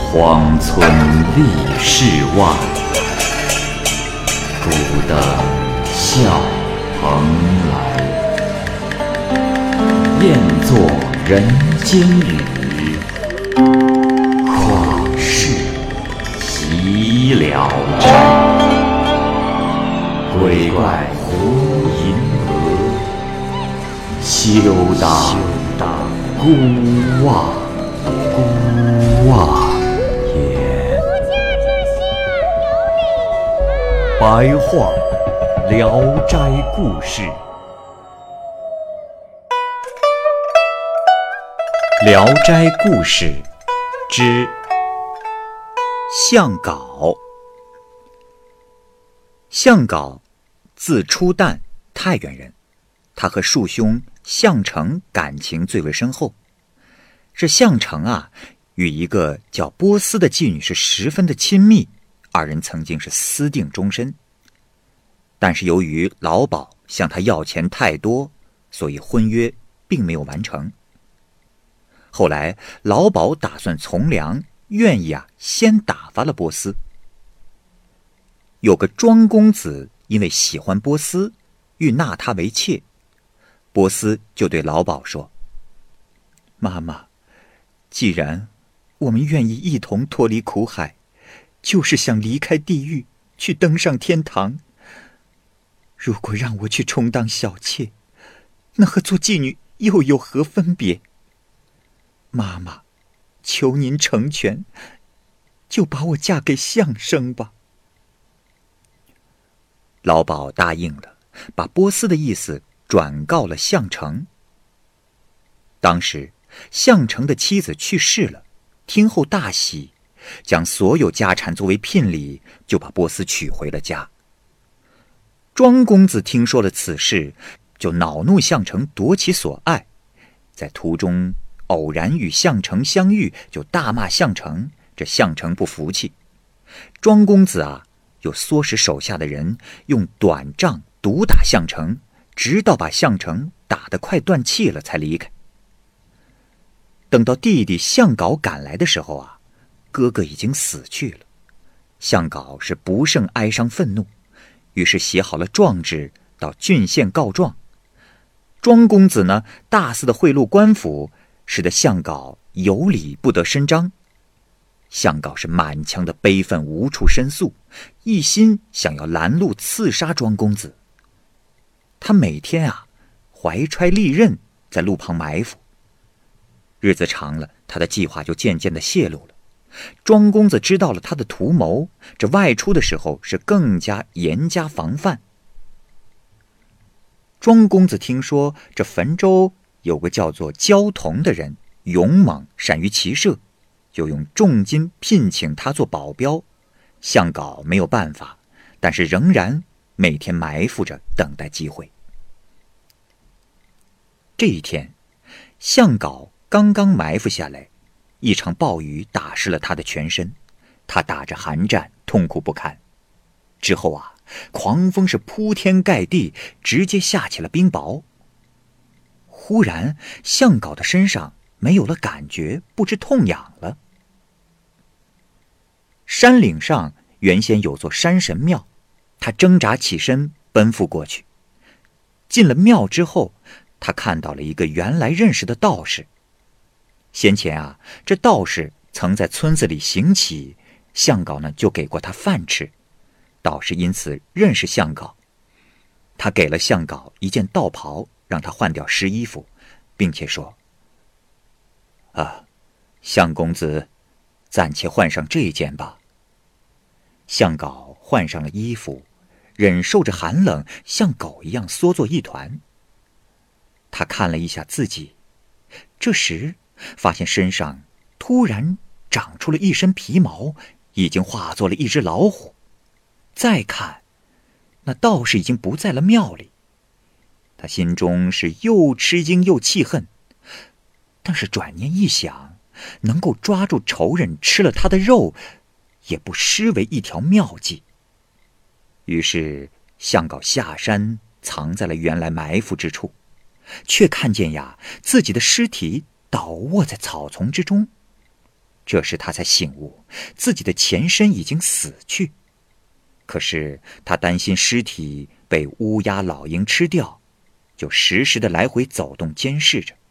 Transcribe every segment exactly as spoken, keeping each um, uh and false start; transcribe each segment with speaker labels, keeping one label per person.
Speaker 1: 荒村立世外，孤灯笑蓬莱。雁作人间雨，旷世岂了斋。鬼怪胡银娥，休当孤望孤望也。
Speaker 2: 白话聊斋故事。聊斋故事之向皋。向皋字初旦，太原人。他和庶兄向成感情最为深厚。这向成啊，与一个叫波斯的妓女是十分的亲密，二人曾经是私定终身。但是由于老鸨向他要钱太多，所以婚约并没有完成。后来老鸨打算从良，愿意啊先打发了波斯。有个庄公子因为喜欢波斯，欲纳她为妾。波斯就对老鸨说：妈妈，既然我们愿意一同脱离苦海，就是想离开地狱，去登上天堂。如果让我去充当小妾，那和做妓女又有何分别？妈妈，求您成全，就把我嫁给相生吧。老鸨答应了，把波斯的意思转告了向成。当时向成的妻子去世了，听后大喜，将所有家产作为聘礼，就把波斯娶回了家。庄公子听说了此事，就恼怒向成夺其所爱，在途中偶然与向成相遇，就大骂向成。这向成不服气，庄公子啊又唆使手下的人用短杖毒打向成，直到把向成打得快断气了才离开。等到弟弟向皋赶来的时候啊，哥哥已经死去了。向皋是不胜哀伤愤怒，于是写好了状纸到郡县告状。庄公子呢大肆的贿赂官府，使得向皋有理不得伸张。向皋是满腔的悲愤无处申诉，一心想要拦路刺杀庄公子。他每天啊怀揣利刃在路旁埋伏。日子长了，他的计划就渐渐的泄露了。庄公子知道了他的图谋，这外出的时候是更加严加防范。庄公子听说这汾州有个叫做焦桐的人，勇猛善于骑射，就用重金聘请他做保镖。向皋没有办法，但是仍然每天埋伏着等待机会。这一天，向皋刚刚埋伏下来，一场暴雨打湿了他的全身，他打着寒战，痛苦不堪。之后啊，狂风是铺天盖地，直接下起了冰雹。忽然，向皋的身上没有了感觉，不知痛痒了。山岭上原先有座山神庙，他挣扎起身奔赴过去。进了庙之后，他看到了一个原来认识的道士。先前啊，这道士曾在村子里行乞，向皋呢就给过他饭吃，道士因此认识向皋。他给了向皋一件道袍，让他换掉湿衣服，并且说：啊，向公子，暂且换上这件吧。向皋换上了衣服，忍受着寒冷，像狗一样缩作一团。他看了一下自己，这时发现身上突然长出了一身皮毛，已经化作了一只老虎。再看，那道士已经不在了庙里。他心中是又吃惊又气恨，但是转念一想，能够抓住仇人吃了他的肉，也不失为一条妙计。于是向皋下山，藏在了原来埋伏之处，却看见呀自己的尸体倒卧在草丛之中。 这时他才醒悟，自己的前身已经死去。可是他担心尸体被乌鸦、老鹰吃掉，就时时的来回走动监视着。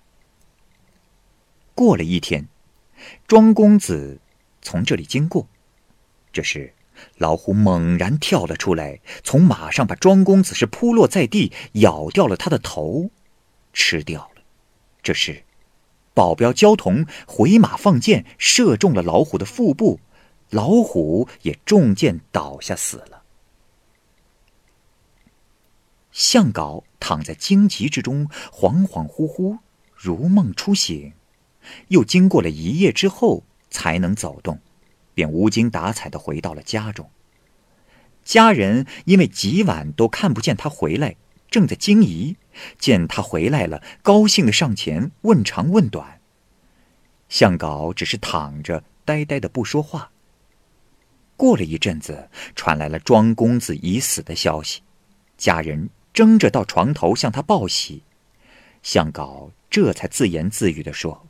Speaker 2: 过了一天，庄公子从这里经过，这时老虎猛然跳了出来，从马上把庄公子是扑落在地，咬掉了他的头，吃掉了。这时保镖焦桐回马放箭，射中了老虎的腹部，老虎也中箭倒下死了。向皋躺在荆棘之中，恍恍惚惚，如梦初醒，又经过了一夜之后才能走动，便无精打采地回到了家中。家人因为几晚都看不见他回来，正在惊疑，见他回来了，高兴地上前问长问短。向皋只是躺着呆呆的不说话。过了一阵子，传来了庄公子已死的消息，家人争着到床头向他报喜。向皋这才自言自语地说：“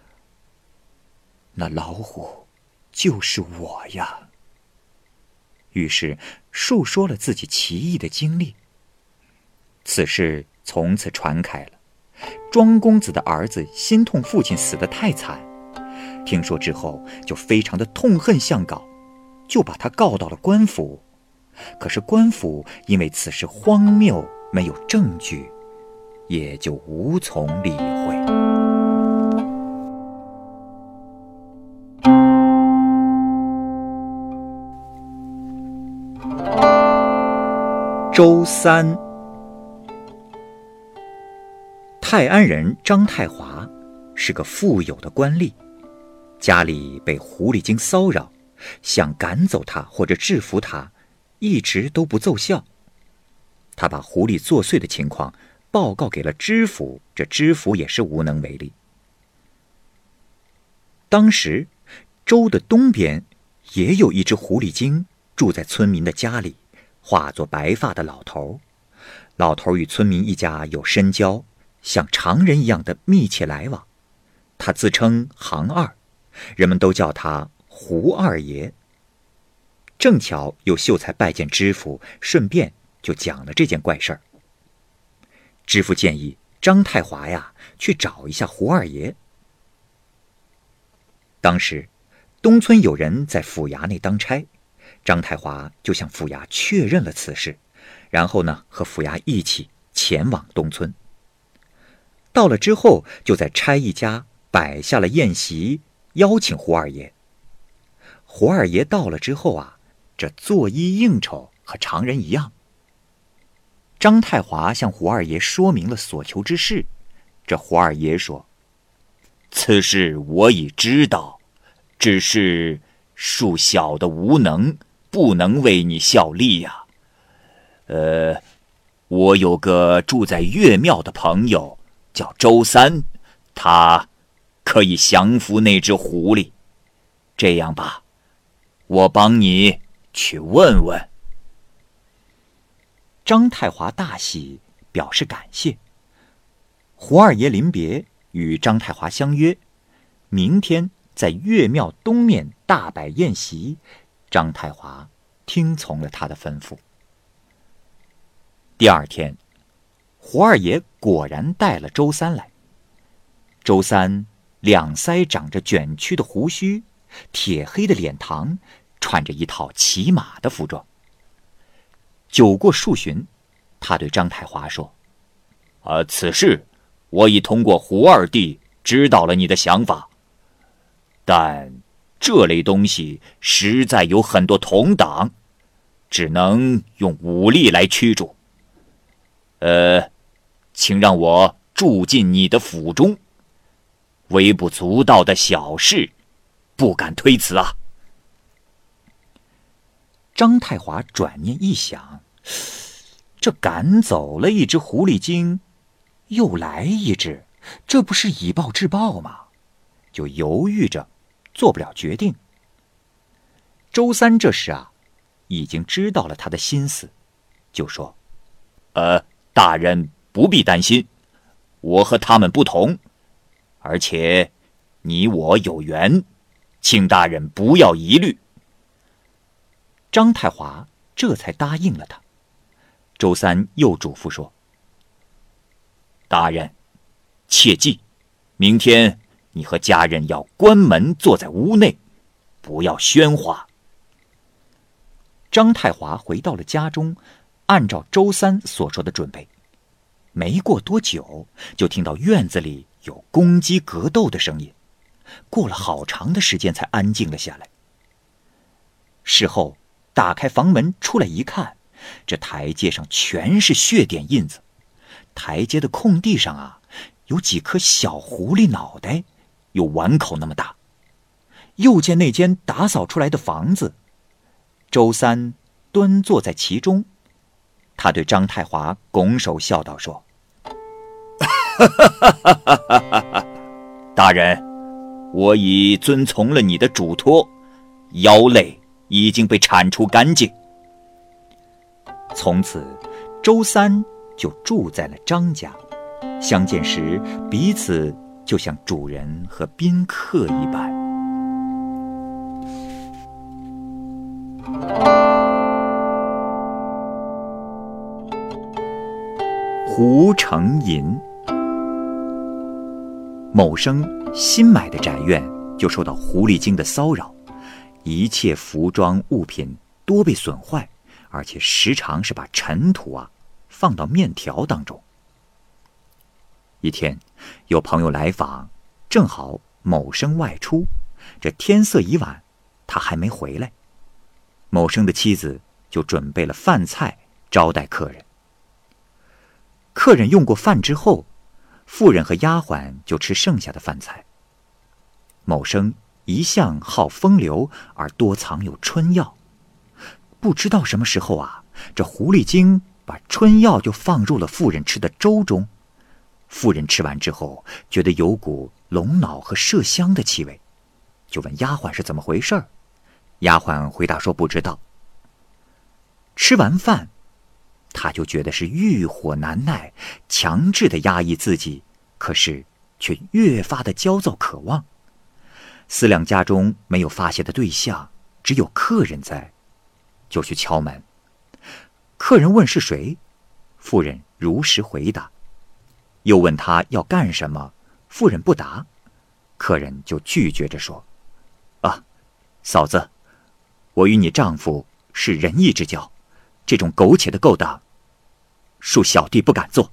Speaker 2: 那老虎就是我呀。”于是述说了自己奇异的经历。此事从此传开了。庄公子的儿子心痛父亲死得太惨，听说之后就非常的痛恨向皋，就把他告到了官府。可是官府因为此事荒谬，没有证据，也就无从理会。周三。泰安人张太华是个富有的官吏，家里被狐狸精骚扰，想赶走他或者制服他，一直都不奏效。他把狐狸作祟的情况报告给了知府，这知府也是无能为力。当时州的东边也有一只狐狸精住在村民的家里，化作白发的老头。老头与村民一家有深交，像常人一样的密切来往。他自称行二，人们都叫他胡二爷。正巧有秀才拜见知府，顺便就讲了这件怪事儿。知府建议张太华呀去找一下胡二爷。当时东村有人在府衙内当差，张太华就向府衙确认了此事，然后呢和府衙一起前往东村。到了之后，就在差役家摆下了宴席，邀请胡二爷。胡二爷到了之后啊，这作揖应酬和常人一样。张太华向胡二爷说明了所求之事，这胡二爷说：“
Speaker 1: 此事我已知道，只是恕小的无能，不能为你效力呀、啊。呃，我有个住在岳庙的朋友，叫周三，他可以降服那只狐狸。这样吧，我帮你去问问。”
Speaker 2: 张太华大喜，表示感谢。胡二爷临别，与张太华相约，明天在岳庙东面大摆宴席。张太华听从了他的吩咐。第二天，胡二爷果然带了周三来。周三两腮长着卷曲的胡须，铁黑的脸膛，穿着一套骑马的服装。酒过数巡，他对张太华说：“
Speaker 1: 啊，此事我已通过胡二弟知道了你的想法，但这类东西实在有很多同党，只能用武力来驱逐。呃，请让我住进你的府中，微不足道的小事，不敢推辞啊。”
Speaker 2: 张太华转念一想，这赶走了一只狐狸精，又来一只，这不是以暴制暴吗？就犹豫着做不了决定。周三这时啊已经知道了他的心思，就说：“
Speaker 1: 呃，大人不必担心，我和他们不同，而且你我有缘， 请大人不要疑虑。”
Speaker 2: 张太华这才答应了他。周三又嘱咐说：“
Speaker 1: 大人，切记，明天你和家人要关门坐在屋内，不要喧哗。”
Speaker 2: 张太华回到了家中，按照周三所说的准备。没过多久，就听到院子里有公鸡格斗的声音，过了好长的时间才安静了下来。事后打开房门出来一看，这台阶上全是血点印子，台阶的空地上啊，有几颗小狐狸脑袋，有碗口那么大。又见那间打扫出来的房子，周三端坐在其中，他对张太华拱手笑道说：“
Speaker 1: 大人，我已遵从了你的嘱托，妖类已经被铲除干净。”
Speaker 2: 从此，周三就住在了张家，相见时彼此就像主人和宾客一般。胡成银。某生新买的宅院就受到狐狸精的骚扰，一切服装物品多被损坏，而且时常是把尘土啊放到面条当中。一天，有朋友来访，正好某生外出，这天色已晚，他还没回来。某生的妻子就准备了饭菜招待客人。客人用过饭之后，妇人和丫鬟就吃剩下的饭菜。某生一向好风流，而多藏有春药，不知道什么时候啊，这狐狸精把春药就放入了妇人吃的粥中。妇人吃完之后，觉得有股龙脑和麝香的气味，就问丫鬟是怎么回事儿。丫鬟回答说不知道。吃完饭，他就觉得是欲火难耐，强制地压抑自己，可是却越发的焦躁渴望。思量家中没有发泄的对象，只有客人在，就去敲门。客人问是谁，妇人如实回答。又问他要干什么，妇人不答，客人就拒绝着说：“啊，嫂子，我与你丈夫是仁义之交，这种苟且的勾当，恕小弟不敢做。”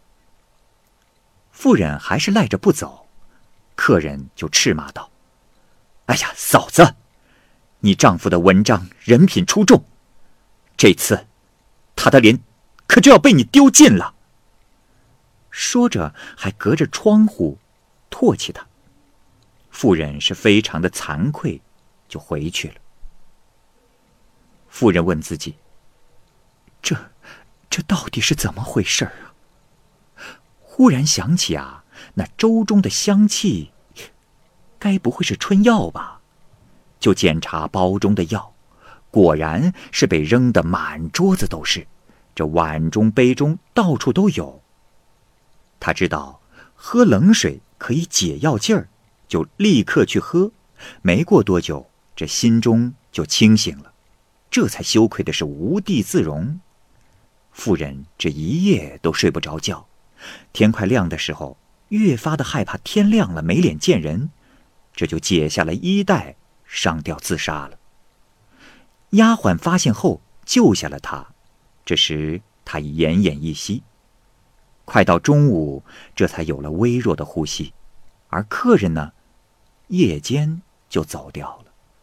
Speaker 2: 妇人还是赖着不走，客人就斥骂道：“哎呀，嫂子，你丈夫的文章人品出众，这次他的脸可就要被你丢尽了。”说着还隔着窗户唾弃他。妇人是非常的惭愧，就回去了。妇人问自己：这这到底是怎么回事啊？忽然想起啊，那粥中的香气，该不会是春药吧？就检查包中的药，果然是被扔得满桌子都是，这碗中杯中到处都有。他知道喝冷水可以解药劲儿，就立刻去喝。没过多久，这心中就清醒了，这才羞愧的是无地自容。妇人这一夜都睡不着觉，天快亮的时候，越发的害怕天亮了没脸见人，这就解下了衣带，上吊自杀了。丫鬟发现后救下了他，这时他已奄奄一息。快到中午，这才有了微弱的呼吸，而客人呢，夜间就走掉了。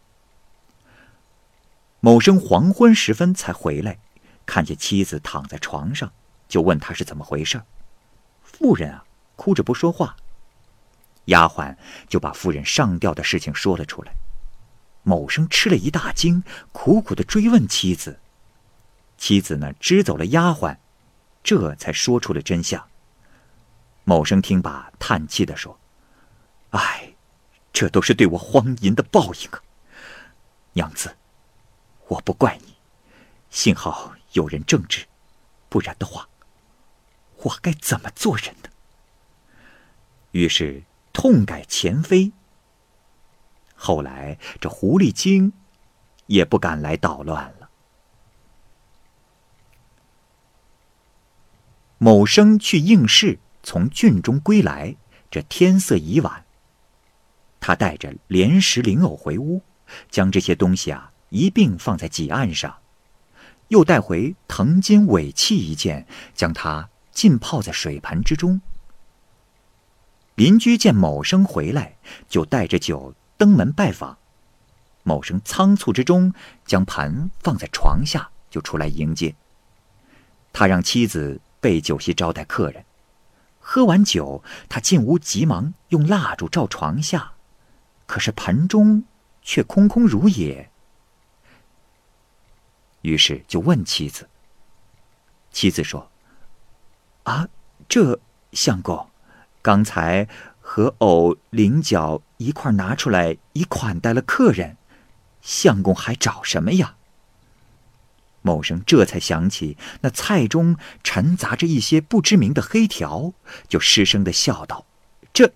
Speaker 2: 某生黄昏时分才回来，看见妻子躺在床上，就问他是怎么回事。妇人啊，哭着不说话。丫鬟就把妇人上吊的事情说了出来。某生吃了一大惊，苦苦地追问妻子。妻子呢，支走了丫鬟，这才说出了真相。某生听罢，叹气地说：“唉，这都是对我荒淫的报应啊！娘子，我不怪你，幸好有人正直，不然的话，我该怎么做人呢？”于是痛改前非。 后来这狐狸精也不敢来捣乱了。某生去应试，从郡中归来，这天色已晚。他带着莲石灵藕回屋，将这些东西啊一并放在几案上，又带回藤筋尾器一件，将它浸泡在水盆之中。邻居见某生回来，就带着酒登门拜访。某生仓促之中将盆放在床下，就出来迎接。他让妻子备酒席招待客人。喝完酒，他进屋急忙用蜡烛照床下，可是盆中却空空如也。于是就问妻子。妻子说：“啊，这相公，刚才和藕、菱角一块拿出来，已款待了客人，相公还找什么呀？”某生这才想起那菜中掺杂着一些不知名的黑条，就失声地笑道：“这，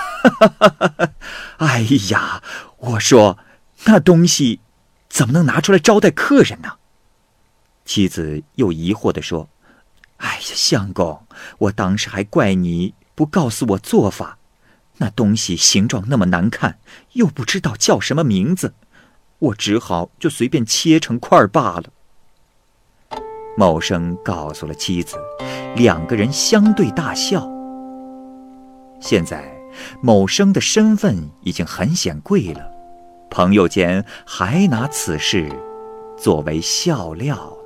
Speaker 2: 哎呀，我说那东西怎么能拿出来招待客人呢？”妻子又疑惑地说：“哎呀，相公，我当时还怪你不告诉我做法，那东西形状那么难看，又不知道叫什么名字，我只好就随便切成块罢了。”某生告诉了妻子，两个人相对大笑。现在某生的身份已经很显贵了，朋友间还拿此事作为笑料。